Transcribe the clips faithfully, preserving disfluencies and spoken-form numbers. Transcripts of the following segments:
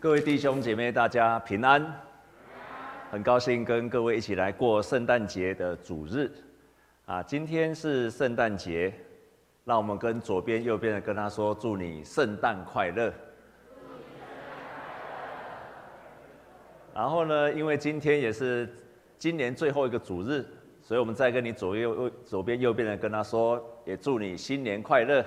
各位弟兄姐妹，大家平安！很高兴跟各位一起来过圣诞节的主日啊！今天是圣诞节，让我们跟左边、右边的跟他说：祝你圣诞快乐！然后呢，因为今天也是今年最后一个主日，所以我们再跟你左右、左边、右边的跟他说，也祝你新年快乐！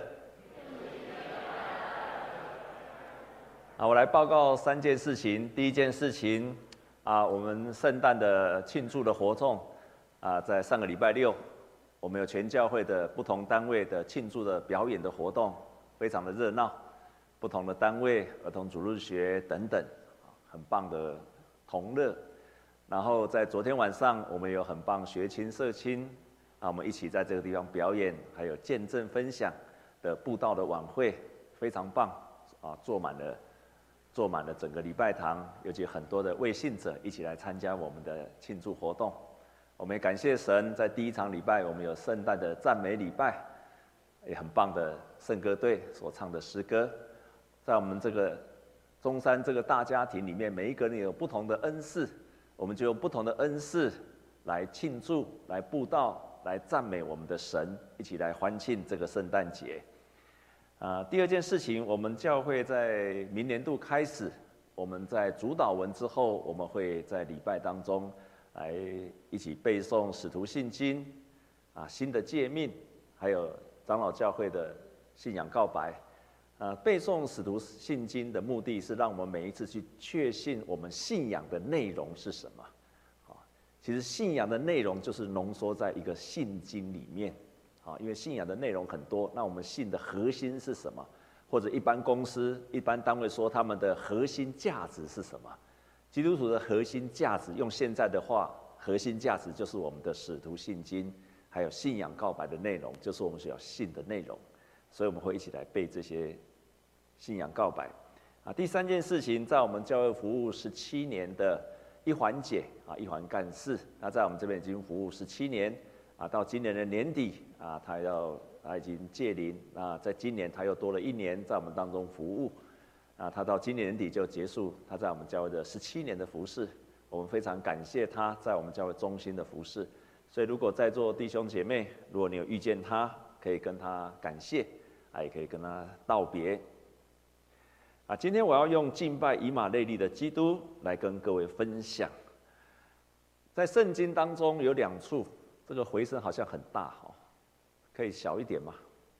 啊，我来报告三件事情。第一件事情，啊，我们圣诞的庆祝的活动，啊，在上个礼拜六，我们有全教会的不同单位的庆祝的表演的活动，非常的热闹。不同的单位，儿童主日学等等，很棒的同乐。然后在昨天晚上，我们有很棒学青社青，啊，我们一起在这个地方表演，还有见证分享的布道的晚会，非常棒，啊，坐满了。坐满了整个礼拜堂，尤其很多的未信者一起来参加我们的庆祝活动。我们也感谢神，在第一场礼拜，我们有圣诞的赞美礼拜，也很棒的圣歌队所唱的诗歌。在我们这个中山这个大家庭里面，每一个人有不同的恩赐，我们就用不同的恩赐来庆祝、来布道、来赞美我们的神，一起来欢庆这个圣诞节。啊，第二件事情，我们教会在明年度开始，我们在主导文之后，我们会在礼拜当中来一起背诵使徒信经，啊，新的诫命，还有长老教会的信仰告白。啊，背诵使徒信经的目的是让我们每一次去确信我们信仰的内容是什么。啊，其实信仰的内容就是浓缩在一个信经里面。啊，因为信仰的内容很多，那我们信的核心是什么？或者一般公司、一般单位说他们的核心价值是什么？基督徒的核心价值，用现在的话，核心价值就是我们的使徒信经，还有信仰告白的内容，就是我们所要信的内容。所以我们会一起来背这些信仰告白。啊，第三件事情，在我们教会服务十七年的一环姐啊，一环干事，那在我们这边已经服务十七年。啊，到今年的年底啊，他要他已经届龄，那在今年他又多了一年在我们当中服务，啊，他到今年年底就结束他在我们教会的十七年的服事，我们非常感谢他在我们教会中心的服事，所以如果在座弟兄姐妹，如果你有遇见他，可以跟他感谢，啊，也可以跟他道别。啊，今天我要用敬拜以马内利的基督来跟各位分享，在圣经当中有两处。这个回声好像很大哈，可以小一点吗？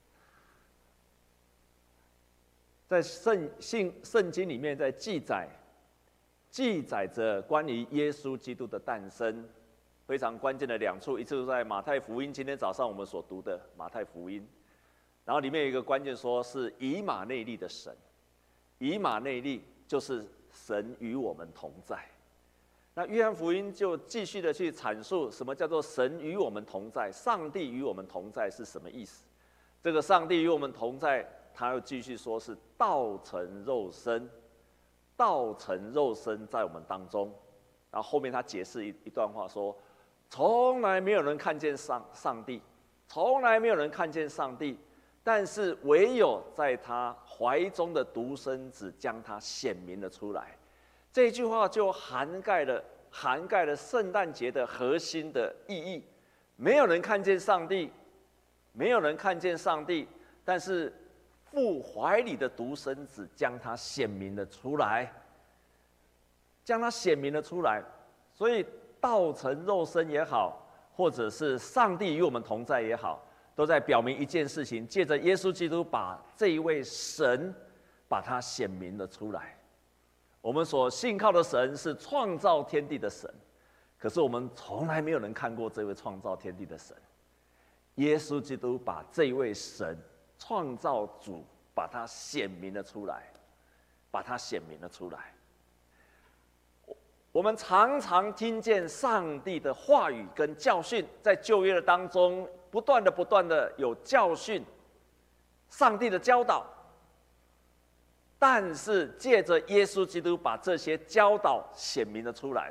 在圣信圣经里面，在记载记载着关于耶稣基督的诞生，非常关键的两处，一次是在马太福音，今天早上我们所读的马太福音，然后里面有一个关键说是以马内利的神，以马内利就是神与我们同在。那约翰福音就继续的去阐述什么叫做神与我们同在，上帝与我们同在是什么意思？这个上帝与我们同在，他又继续说是道成肉身，道成肉身在我们当中。然后后面他解释一一段话说，从来没有人看见上上帝，从来没有人看见上帝，但是唯有在他怀中的独生子将他显明了出来。这句话就涵盖了涵盖了圣诞节的核心的意义。没有人看见上帝，没有人看见上帝，但是父怀里的独生子将他显明了出来，将他显明了出来。所以道成肉身也好，或者是上帝与我们同在也好，都在表明一件事情：借着耶稣基督把这一位神把他显明了出来。我们所信靠的神是创造天地的神，可是我们从来没有人看过这位创造天地的神。耶稣基督把这一位神创造主把他显明了出来，把他显明了出来。我们常常听见上帝的话语跟教训，在旧约的当中不断的不断的有教训，上帝的教导。但是借着耶稣基督把这些教导显明了出来。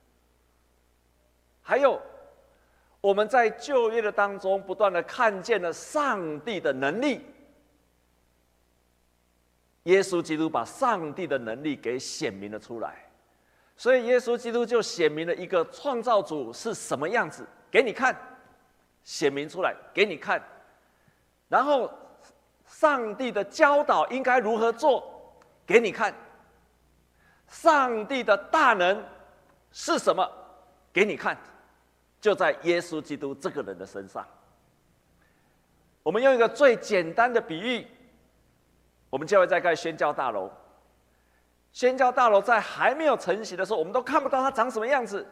还有我们在旧约的当中不断的看见了上帝的能力， 耶稣基督把上帝的能力给显明了出来，所以耶稣基督就显明了一个创造主是什么样子，给你看，显明出来给你看，然后上帝的教导应该如何做，给你看，上帝的大能是什么，给你看，就在耶稣基督这个人的身上。我们用一个最简单的比喻，我们教会在盖宣教大楼，宣教大楼在还没有成型的时候，我们都看不到它长什么样子，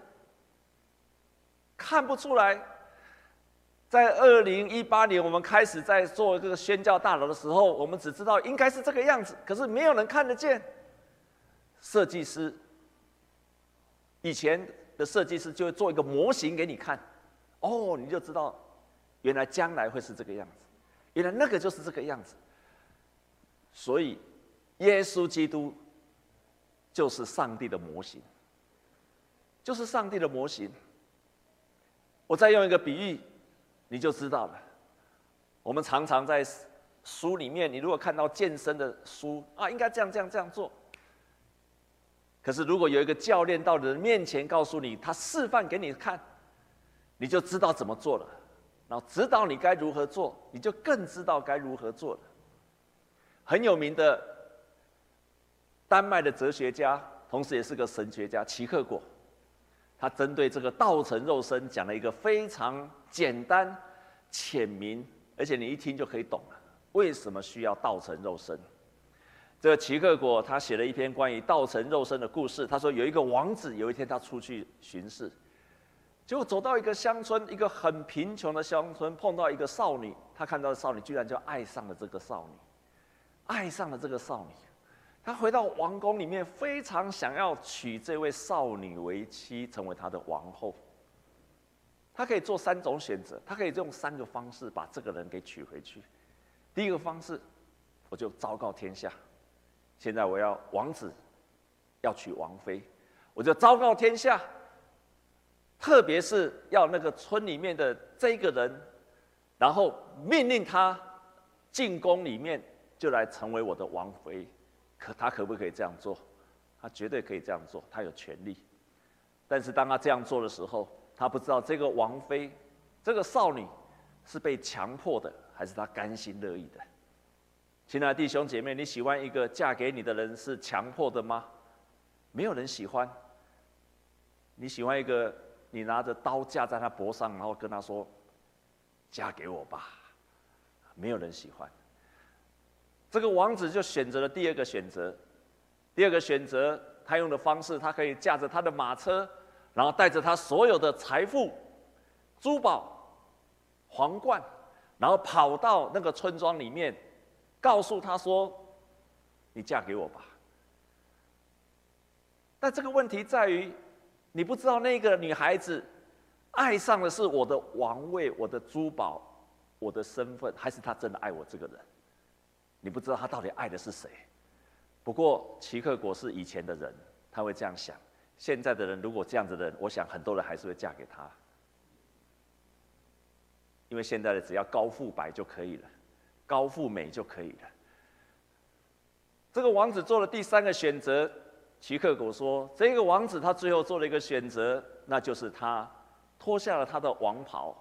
看不出来。在二零一八年，我们开始在做这个宣教大楼的时候，我们只知道应该是这个样子，可是没有人看得见。设计师以前的设计师就会做一个模型给你看，哦，你就知道原来将来会是这个样子，原来那个就是这个样子。所以，耶稣基督就是上帝的模型，就是上帝的模型。我再用一个比喻，你就知道了。我们常常在书里面，你如果看到健身的书啊，应该这样这样这样做。可是如果有一个教练到人面前告诉你，他示范给你看，你就知道怎么做了，然后指导你该如何做，你就更知道该如何做了。很有名的丹麦的哲学家，同时也是个神学家齐克果，他针对这个道成肉身讲了一个非常简单、浅明，而且你一听就可以懂了，为什么需要道成肉身。这个齐克果他写了一篇关于道成肉身的故事。他说有一个王子，有一天他出去巡视，结果走到一个乡村，一个很贫穷的乡村，碰到一个少女，他看到的少女居然就爱上了这个少女。爱上了这个少女，他回到王宫里面，非常想要娶这位少女为妻，成为他的王后。他可以做三种选择，他可以用三个方式把这个人给娶回去。第一个方式，我就昭告天下，现在我要王子要娶王妃，我就昭告天下，特别是要那个村里面的这个人，然后命令他进宫里面。就来成为我的王妃，可他可不可以这样做？他绝对可以这样做，他有权利。但是当他这样做的时候，他不知道这个王妃，这个少女是被强迫的，还是他甘心乐意的。亲爱的弟兄姐妹，你喜欢一个嫁给你的人是强迫的吗？没有人喜欢。你喜欢一个你拿着刀架在他脖上，然后跟他说：“嫁给我吧。”没有人喜欢。这个王子就选择了第二个选择。第二个选择，他用的方式，他可以驾着他的马车，然后带着他所有的财富、珠宝、皇冠，然后跑到那个村庄里面，告诉他说：“你嫁给我吧。”但这个问题在于，你不知道那个女孩子爱上的是我的王位、我的珠宝、我的身份，还是她真的爱我这个人？你不知道她到底爱的是谁。不过齐克果是以前的人，他会这样想。现在的人如果这样子的人，我想很多人还是会嫁给他，因为现在的只要高富白就可以了，高富美就可以了。这个王子做了第三个选择。齐克果说，这个王子他最后做了一个选择，那就是他脱下了他的王袍，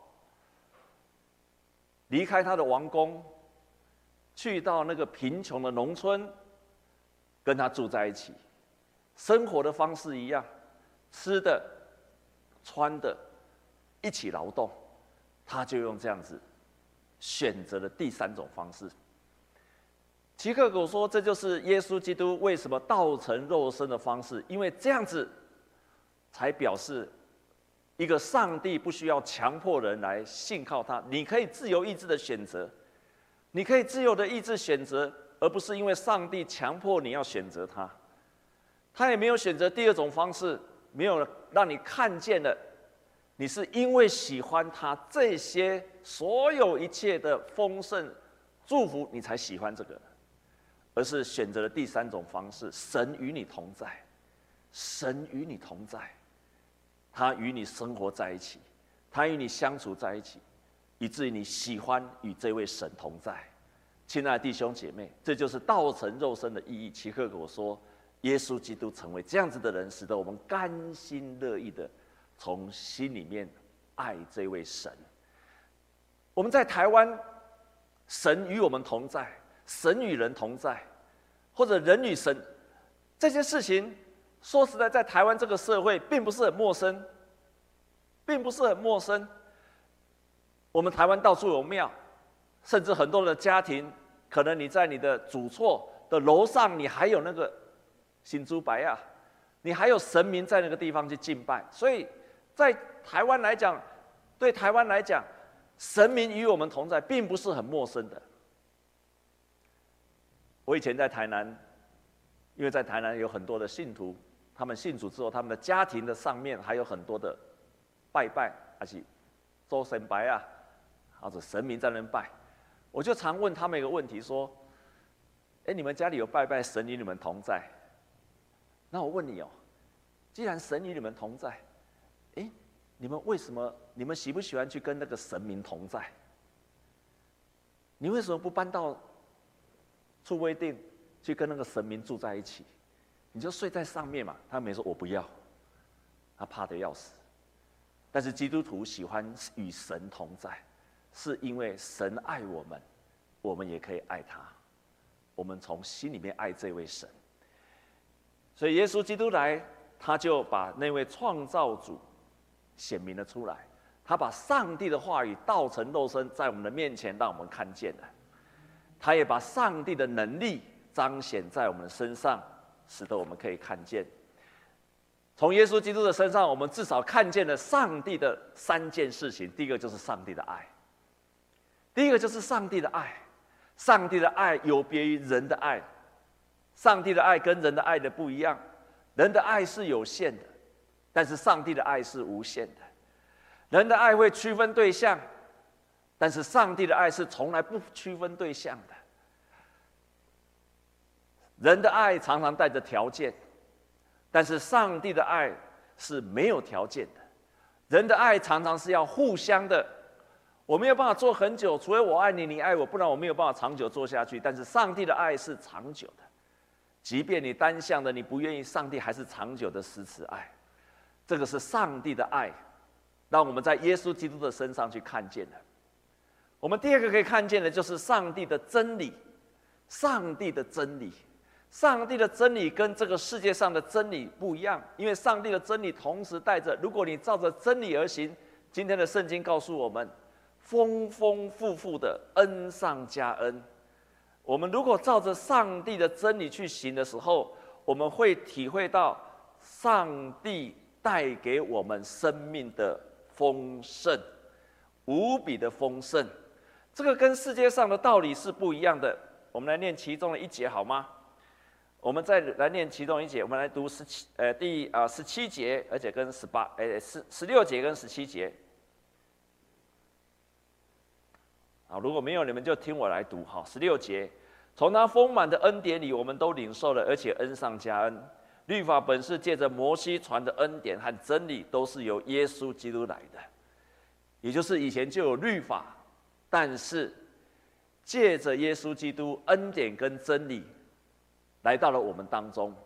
离开他的王宫，去到那个贫穷的农村，跟他住在一起，生活的方式一样，吃的、穿的，一起劳动。他就用这样子选择了第三种方式。齐克果说，这就是耶稣基督为什么道成肉身的方式，因为这样子才表示一个上帝不需要强迫人来信靠他，你可以自由意志的选择，你可以自由的意志选择，而不是因为上帝强迫你要选择他。他也没有选择第二种方式，没有让你看见了你是因为喜欢他这些所有一切的丰盛祝福，你才喜欢这个，而是选择了第三种方式：神与你同在，神与你同在，他与你生活在一起，他与你相处在一起，以至于你喜欢与这位神同在， 亲爱的弟兄姐妹，这就是道成肉身的意义。齐克果说，耶稣基督成为这样子的人，使得我们甘心乐意的从心里面爱这位神。我们在台湾，神与我们同在，神与人同在，或者人与神，这些事情，说实在，在台湾这个社会，并不是很陌生，并不是很陌生。我们台湾到处有庙。甚至很多的家庭，可能你在你的主厝的楼上，你还有那个新珠白啊，你还有神明在那个地方去敬拜。所以在台湾来讲，对台湾来讲，神明与我们同在，并不是很陌生的。我以前在台南，因为在台南有很多的信徒，他们信主之后，他们的家庭的上面还有很多的拜拜，还是周神白啊，或者神明在那边拜。我就常问他们一个问题，说：“哎，你们家里有拜拜神与你们同在？那我问你哦，既然神与你们同在，哎，你们为什么？你们喜不喜欢去跟那个神明同在？你为什么不搬到出威定去跟那个神明住在一起？你就睡在上面嘛。”他们说：“我不要。”他怕得要死。但是基督徒喜欢与神同在。是因为神爱我们，我们也可以爱他。我们从心里面爱这位神，所以耶稣基督来，他就把那位创造主显明了出来。他把上帝的话语道成肉身，在我们的面前让我们看见了。他也把上帝的能力彰显在我们身上，使得我们可以看见。从耶稣基督的身上，我们至少看见了上帝的三件事情。第一个就是上帝的爱。第一个就是上帝的爱，上帝的爱有别于人的爱，上帝的爱跟人的爱的不一样，人的爱是有限的，但是上帝的爱是无限的。人的爱会区分对象，但是上帝的爱是从来不区分对象的。人的爱常常带着条件，但是上帝的爱是没有条件的。人的爱常常是要互相的。我没有办法做很久，除非我爱你，你爱我，不然我没有办法长久做下去。但是上帝的爱是长久的，即便你单向的，你不愿意，上帝还是长久的施慈爱。这个是上帝的爱，让我们在耶稣基督的身上去看见了。我们第二个可以看见的就是上帝的真理，上帝的真理，上帝的真理跟这个世界上的真理不一样，因为上帝的真理同时带着，如果你照着真理而行，今天的圣经告诉我们。丰丰富富的恩上加恩，我们如果照着上帝的真理去行的时候，我们会体会到上帝带给我们生命的丰盛，无比的丰盛。这个跟世界上的道理是不一样的。我们来念其中的一节好吗？我们再来念其中一节，我们来读十七呃第啊十七节，而且跟十八呃十十六节跟十七节。好，如果没有，你们就听我来读。好，十六节，从他丰满的恩典里，我们都领受了，而且恩上加恩。律法本是借着摩西传的恩典和真理，都是由耶稣基督来的。也就是以前就有律法，但是借着耶稣基督恩典跟真理来到了我们当中。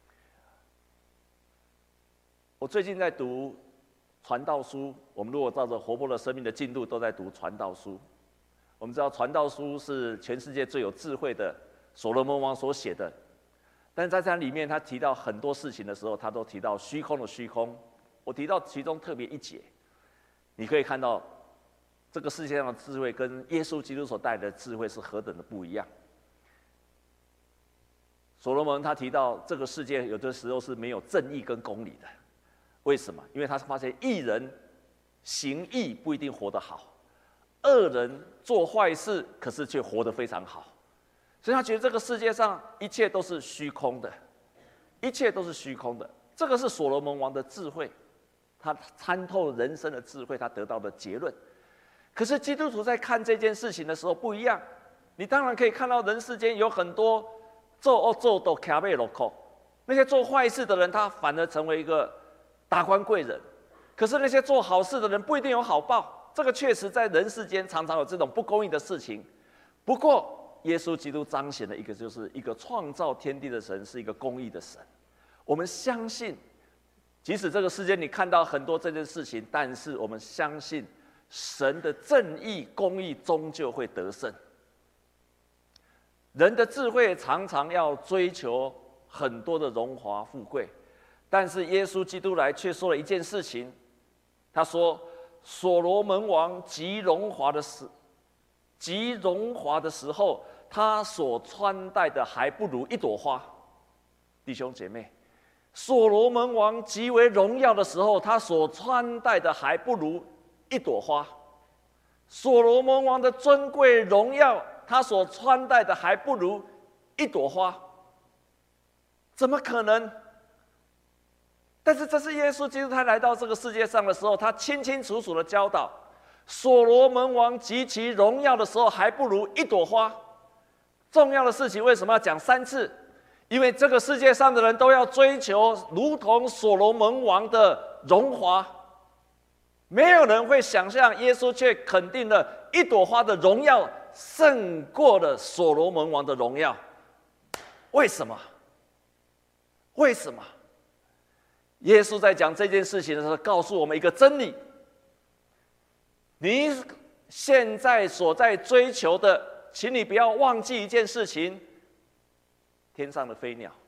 我最近在读传道书，我们如果照着活泼的生命的进度，都在读传道书。我们知道传道书是全世界最有智慧的所罗门王所写的，但是在它里面，他提到很多事情的时候，他都提到虚空的虚空。我提到其中特别一节，你可以看到这个世界上的智慧跟耶稣基督所带来的智慧是何等的不一样。所罗门他提到这个世界有的时候是没有正义跟公理的，为什么？因为他发现义人行义不一定活得好。恶人做坏事，可是却活得非常好，所以他觉得这个世界上一切都是虚空的，一切都是虚空的。这个是所罗门王的智慧，他参透人生的智慧，他得到的结论。可是基督徒在看这件事情的时候不一样，你当然可以看到人世间有很多做恶做都卡贝罗扣，那些做坏事的人，他反而成为一个达官贵人；可是那些做好事的人，不一定有好报。这个确实在人世间常常有这种不公义的事情。不过， 耶稣基督彰显了一个，就是一个创造天地的神，是一个公义的神。我们相信，即使这个世界你看到很多这件事情，但是我们相信神的正义、公义终究会得胜。人的智慧常常要追求很多的荣华富贵，但是耶稣基督来却说了一件事情，他说：“所罗门王极荣华的时，极荣华的时候，他所穿戴的还不如一朵花。”弟兄姐妹，所罗门王极为荣耀的时候，他所穿戴的还不如一朵花。所罗门王的尊贵荣耀，他所穿戴的还不如一朵花。怎么可能？但是这是耶稣基督他来到这个世界上的时候，他清清楚楚的教导，所罗门王极其荣耀的时候，还不如一朵花。重要的事情为什么要讲三次？因为这个世界上的人都要追求如同所罗门王的荣华，没有人会想象耶稣却肯定了一朵花的荣耀胜过了所罗门王的荣耀。为什么？为什么？耶稣在讲这件事情的时候，告诉我们一个真理：你现在所在追求的，请你不要忘记一件事情。天上的飞鸟，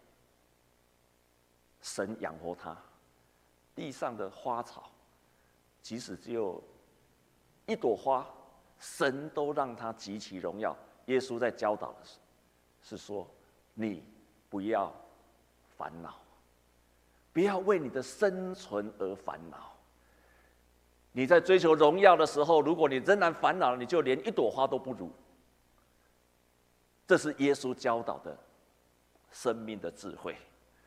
神养活它；地上的花草，即使只有一朵花，神都让它极其荣耀。耶稣在教导的是说：你不要烦恼，不要为你的生存而烦恼。你在追求荣耀的时候，如果你仍然烦恼，你就连一朵花都不如。这是耶稣教导的生命的智慧。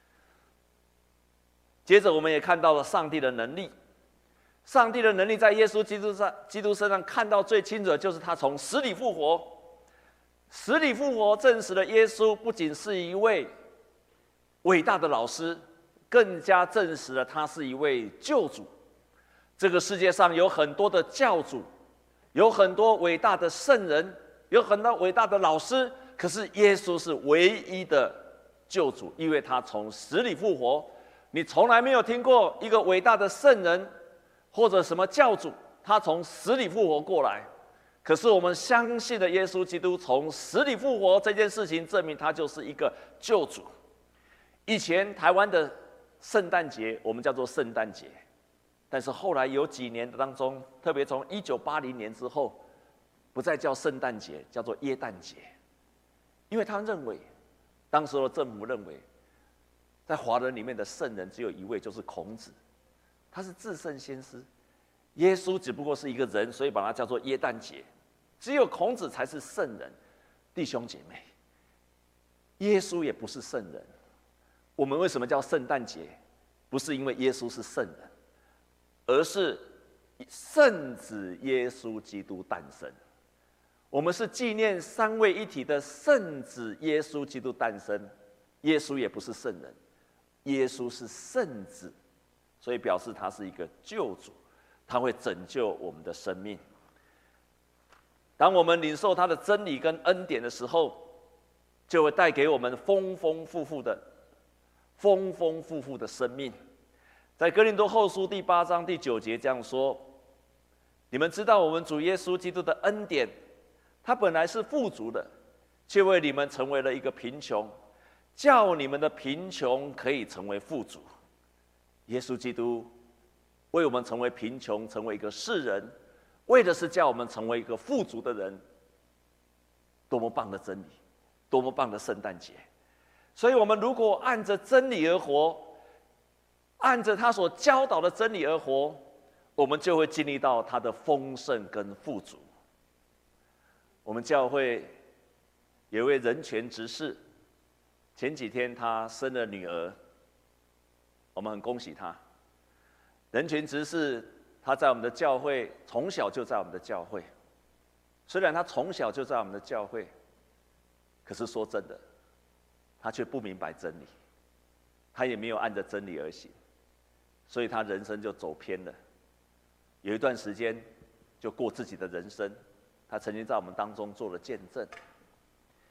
接着，我们也看到了上帝的能力。上帝的能力在耶稣基督上，基督身上看到最清楚的就是他从死里复活。死里复活证实了耶稣不仅是一位伟大的老师，更加证实了他是一位救主。这个世界上有很多的教主，有很多伟大的圣人，有很多伟大的老师，可是耶稣是唯一的救主，因为他从死里复活。你从来没有听过一个伟大的圣人或者什么教主，他从死里复活过来。可是我们相信的耶稣基督从死里复活这件事情，证明他就是一个救主。以前台湾的圣诞节我们叫做圣诞节，但是后来有几年当中，特别从一九八零年之后，不再叫圣诞节，叫做耶诞节。因为他们认为，当时的政府认为，在华人里面的圣人只有一位，就是孔子，他是至圣先师。耶稣只不过是一个人，所以把它叫做耶诞节。只有孔子才是圣人。弟兄姐妹，耶稣也不是圣人。我们为什么叫圣诞节？不是因为耶稣是圣人，而是圣子耶稣基督诞生。我们是纪念三位一体的圣子耶稣基督诞生。耶稣也不是圣人，耶稣是圣子，所以表示他是一个救主，他会拯救我们的生命。当我们领受他的真理跟恩典的时候，就会带给我们丰丰富富的、丰丰富富的生命。在哥林多后书第八章第九节这样说：你们知道我们主耶稣基督的恩典，他本来是富足的，却为你们成为了一个贫穷，叫你们的贫穷可以成为富足。耶稣基督为我们成为贫穷，成为一个世人，为的是叫我们成为一个富足的人。多么棒的真理，多么棒的圣诞节！所以我们如果按着真理而活，按着他所教导的真理而活，我们就会经历到他的丰盛跟富足。我们教会有一位人权执事，前几天他生了女儿，我们很恭喜他。人权执事他在我们的教会从小就在我们的教会，虽然他从小就在我们的教会，可是说真的，他却不明白真理，他也没有按着真理而行，所以他人生就走偏了。有一段时间就过自己的人生，他曾经在我们当中做了见证。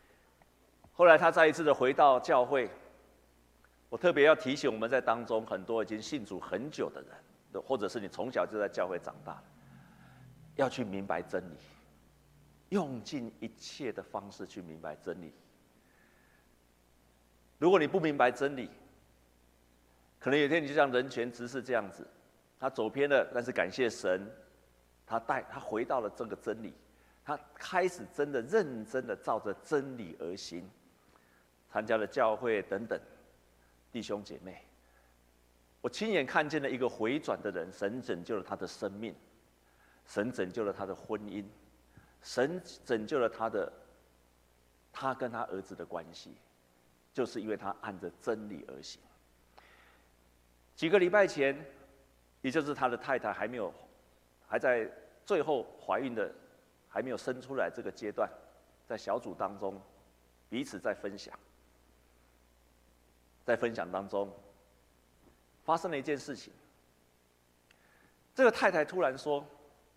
后来他再一次的回到教会。我特别要提醒我们在当中很多已经信主很久的人，或者是你从小就在教会长大，要去明白真理，用尽一切的方式去明白真理。如果你不明白真理，可能有一天你就像人权执事这样子，他走偏了，但是感谢神，他带他回到了这个真理，他开始真的认真的照着真理而行，参加了教会等等。弟兄姐妹，我亲眼看见了一个回转的人，神拯救了他的生命，神拯救了他的婚姻，神拯救了他的他跟他儿子的关系，就是因为他按着真理而行。几个礼拜前，也就是他的太太还没有还在最后怀孕的还没有生出来这个阶段，在小组当中彼此在分享。在分享当中，发生了一件事情。这个太太突然说，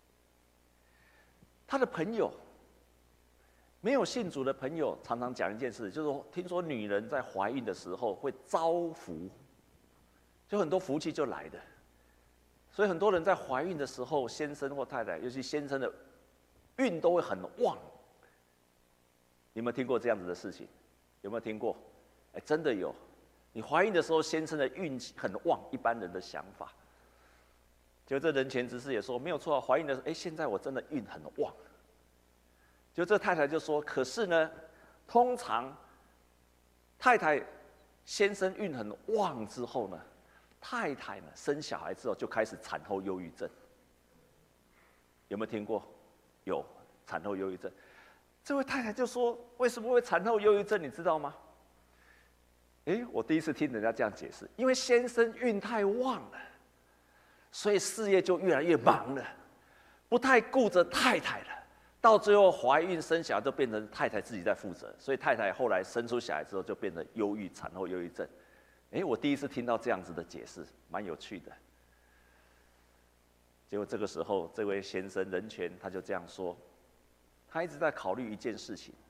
她的朋友，没有信主的朋友，常常讲一件事，就是说，听说女人在怀孕的时候会招福，就很多福气就来的。所以很多人在怀孕的时候，先生或太太，尤其先生的运都会很旺。你有没有听过这样子的事情？有没有听过？哎，真的有。你怀孕的时候，先生的运气很旺，一般人的想法。就这人权执事也说没有错啊，怀孕的时候，哎，现在我真的运很旺。就这太太就说，可是呢，通常太太先生运很旺之后呢，太太呢生小孩之后就开始产后忧郁症。有没有听过？有产后忧郁症。这位太太就说，为什么会产后忧郁症？你知道吗？哎，我第一次听人家这样解释，因为先生运太旺了，所以事业就越来越忙了，不太顾着太太了，到最后怀孕生小孩都变成太太自己在负责，所以太太后来生出小孩之后就变成忧郁，产后忧郁症。哎，我第一次听到这样子的解释，蛮有趣的。结果这个时候，这位先生人权他就这样说，他一直在考虑一件事情，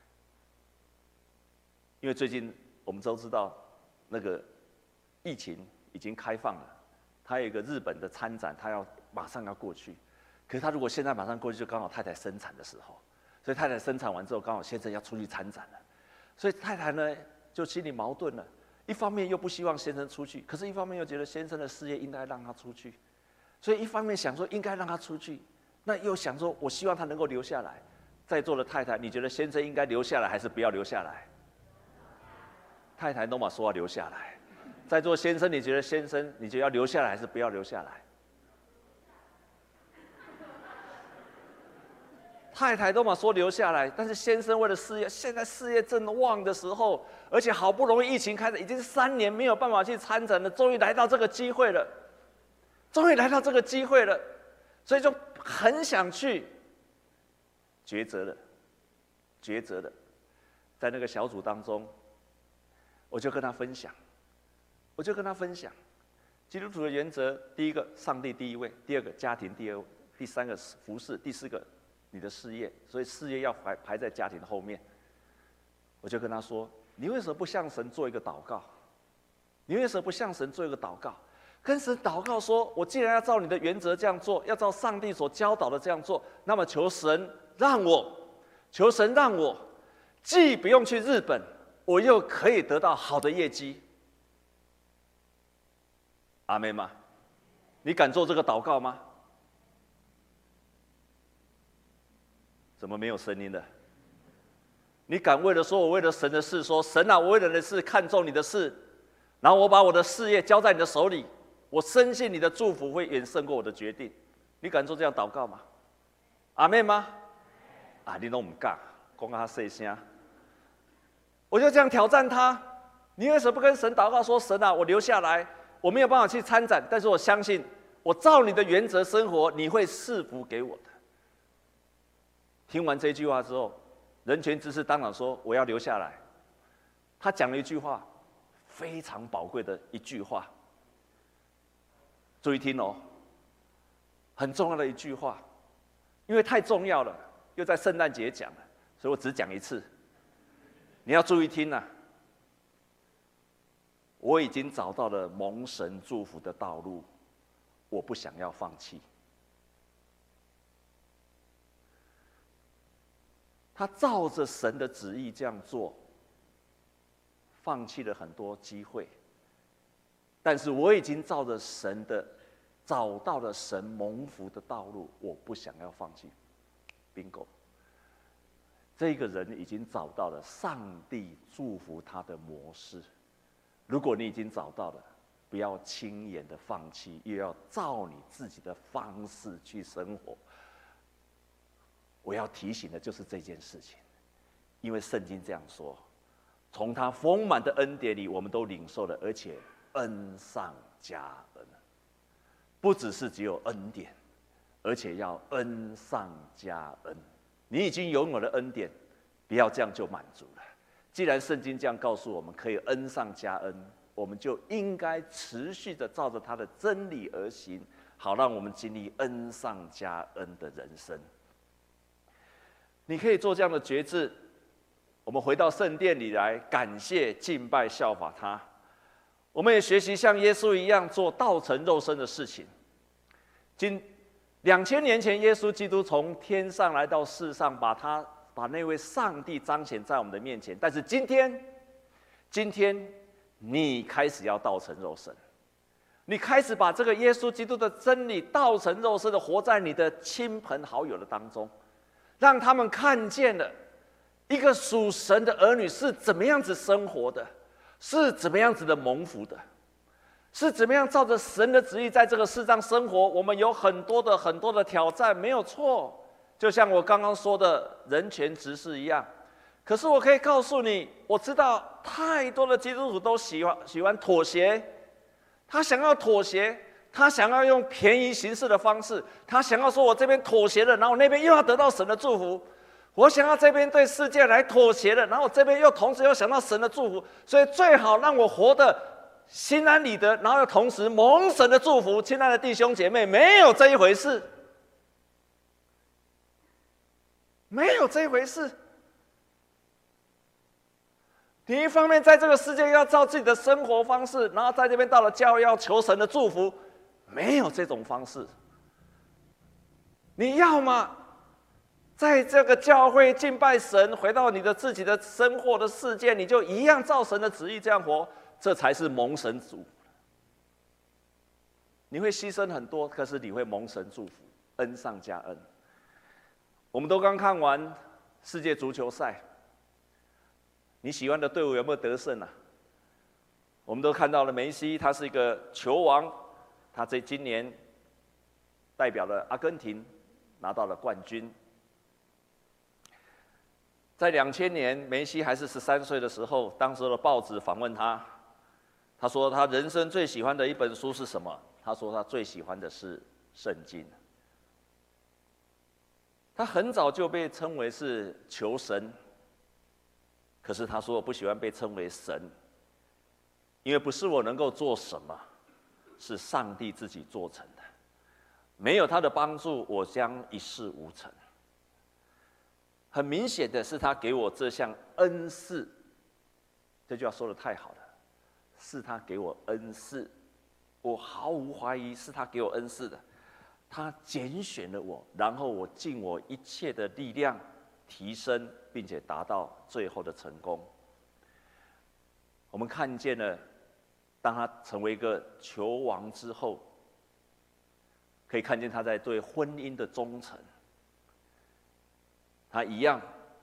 因为最近我们都知道，那个疫情已经开放了，他有一个日本的参展，他要马上要过去。可是他如果现在马上过去，就刚好太太生产的时候，所以太太生产完之后，刚好先生要出去参展了，所以太太呢就心里矛盾了，一方面又不希望先生出去，可是一方面又觉得先生的事业应该让他出去，所以一方面想说应该让他出去，那又想说我希望他能够留下来。在座的太太，你觉得先生应该留下来还是不要留下来？太太都嘛说要留下来，在座先生，你觉得先生，你觉得要留下来还是不要留下来？太太都嘛说留下来，但是先生为了事业，现在事业正旺的时候，而且好不容易疫情开始，已经三年没有办法去参展了，终于来到这个机会了，终于来到这个机会了，所以就很想去，抉择了，抉择了，在那个小组当中。我就跟他分享，我就跟他分享，基督徒的原则：第一个，上帝第一位；第二个，家庭第二位；第三个，服事；第四个，你的事业。所以事业要排排在家庭后面。我就跟他说：“你为什么不向神做一个祷告？你为什么不向神做一个祷告？跟神祷告说：我既然要照你的原则这样做，要照上帝所教导的这样做，那么求神让我，求神让我，既不用去日本。”我又可以得到好的业绩，阿们吗？你敢做这个祷告吗？怎么没有声音了？你敢为了说我为了神的事说，神啊，我为了你的事看重你的事，然后我把我的事业交在你的手里，我深信你的祝福会远胜过我的决定。你敢做这样祷告吗？阿们吗？啊，你都不敢，讲他细声。我就这样挑战他，你为什么不跟神祷告说，神啊，我留下来，我没有办法去参展，但是我相信，我照你的原则生活，你会赐福给我的。听完这句话之后，人权执事当场说我要留下来。他讲了一句话，非常宝贵的一句话，注意听哦，很重要的一句话，因为太重要了，又在圣诞节讲了，所以我只讲一次。 你要注意听啊！我已经找到了蒙神祝福的道路，我不想要放弃。他照着神的旨意这样做，放弃了很多机会，但是我已经照着神的找到了神蒙福的道路，我不想要放弃。bingo， 这个人已经找到了上帝祝福他的模式。如果你已经找到了，不要轻言的放弃，又要照你自己的方式去生活。我要提醒的就是这件事情，因为圣经这样说：从他丰满的恩典里，我们都领受了，而且恩上加恩。不只是只有恩典，而且要恩上加恩。你已经拥有了恩典，不要这样就满足了。既然圣经这样告诉我们可以恩上加恩，我们就应该持续的照着他的真理而行，好让我们经历恩上加恩的人生。你可以做这样的决志。我们回到圣殿里来，感谢、敬拜、效法他。我们也学习像耶稣一样做道成肉身的事情。今两千年前，耶稣基督从天上来到世上，把他把那位上帝彰显在我们的面前。但是今天，今天你开始要道成肉身，你开始把这个耶稣基督的真理道成肉身的活在你的亲朋好友的当中，让他们看见了一个属神的儿女是怎么样子生活的，是怎么样子的蒙福的，是怎么样照着神的旨意在这个世上生活。我们有很多的很多的挑战，没有错。就像我刚刚说的人权执事一样，可是我可以告诉你，我知道太多的基督徒都喜欢喜欢妥协，他想要妥协，他想要用便宜行事的方式，他想要说我这边妥协了，然后我那边又要得到神的祝福。我想要这边对世界来妥协了，然后这边又同时又想到神的祝福，所以最好让我活得心安理得，然后又同时蒙神的祝福。亲爱的弟兄姐妹，没有这一回事，没有这一回事。你一方面在这个世界要照自己的生活方式，然后在这边到了教会要求神的祝福，没有这种方式。你要么在这个教会敬拜神，回到你的自己的生活的世界，你就一样照神的旨意这样活，这才是蒙神主。你会牺牲很多，可是你会蒙神祝福，恩上加恩。我们都刚看完世界足球赛，你喜欢的队伍有没有得胜啊？我们都看到了梅西，他是一个球王，他在今年代表了阿根廷拿到了冠军。在两千年，梅西还是十三岁的时候，当时的报纸访问他，他说他人生最喜欢的一本书是什么？他说他最喜欢的是圣经。他很早就被称为是球神，可是他说我不喜欢被称为神，因为不是我能够做什么，是上帝自己做成的，没有他的帮助，我将一事无成。很明显的是，他给我这项恩赐，这句话说得太好了，是他给我恩赐，我毫无怀疑是他给我恩赐的。他拣选了我，然后我尽我一切的力量提升，并且达到最后的成功。我们看见了，当他成为一个球王之后，可以看见他在对婚姻的忠诚。他一样，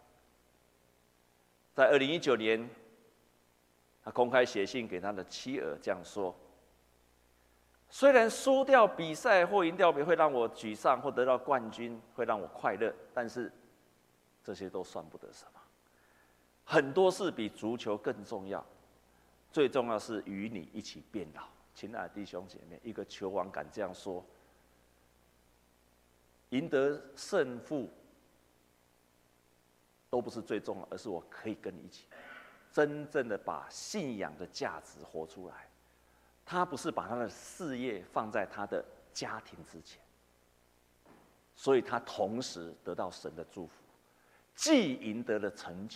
在二零一九年，他公开写信给他的妻儿，这样说：虽然输掉比赛或赢掉比赛会让我沮丧，或得到冠军会让我快乐，但是这些都算不得什么。很多事比足球更重要，最重要是与你一起变老。亲爱的弟兄姐妹，一个球王敢这样说，赢得胜负都不是最重要，而是我可以跟你一起，真正的把信仰的价值活出来。他不是把他的事业放在他的家庭之前，所以他同时得到神的祝福，既赢得了成就，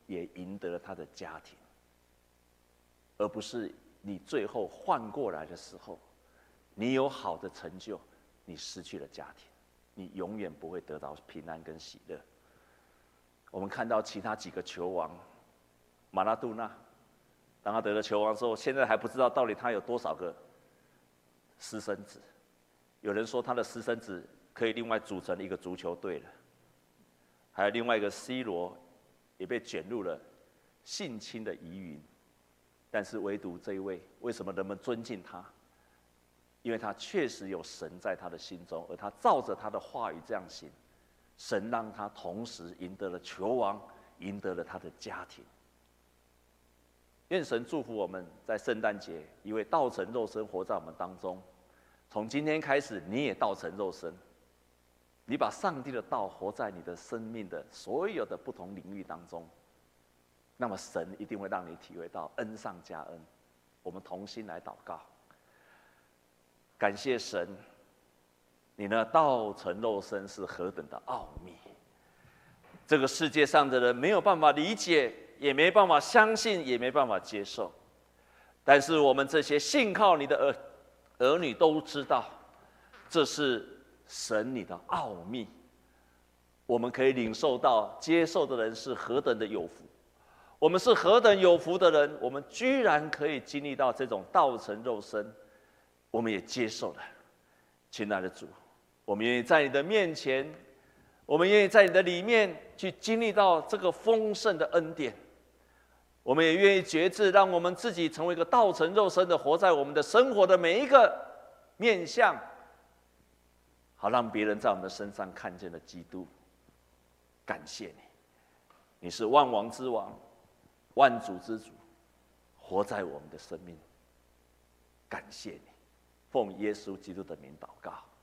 也赢得了他的家庭，而不是你最后换过来的时候，你有好的成就，你失去了家庭，你永远不会得到平安跟喜乐。我们看到其他几个球王，马拉杜纳，当他得了球王之后，现在还不知道到底他有多少个私生子。有人说他的私生子可以另外组成一个足球队了，还有另外一个 C 罗也被卷入了性侵的疑云，但是唯独这一位，为什么人们尊敬他？因为他确实有神在他的心中，而他照着他的话语这样行，神让他同时赢得了球王，赢得了他的家庭。愿神祝福我们在圣诞节，一位道成肉身活在我们当中。从今天开始，你也道成肉身，你把上帝的道活在你的生命的所有的不同领域当中，那么神一定会让你体会到恩上加恩。我们同心来祷告，感谢神，你呢道成肉身是何等的奥秘，这个世界上的人没有办法理解，也没办法相信，也没办法接受，但是我们这些信靠你的儿儿女都知道，这是神你的奥秘，我们可以领受到，接受的人是何等的有福。我们是何等有福的人，我们居然可以经历到这种道成肉身，我们也接受了。亲爱的主，我们愿意在你的面前，我们愿意在你的里面去经历到这个丰盛的恩典。我们也愿意决志，让我们自己成为一个道成肉身的，活在我们的生活的每一个面向，好让别人在我们的身上看见了基督。感谢你，你是万王之王，万主之主，活在我们的生命。感谢你，奉耶稣基督的名祷告。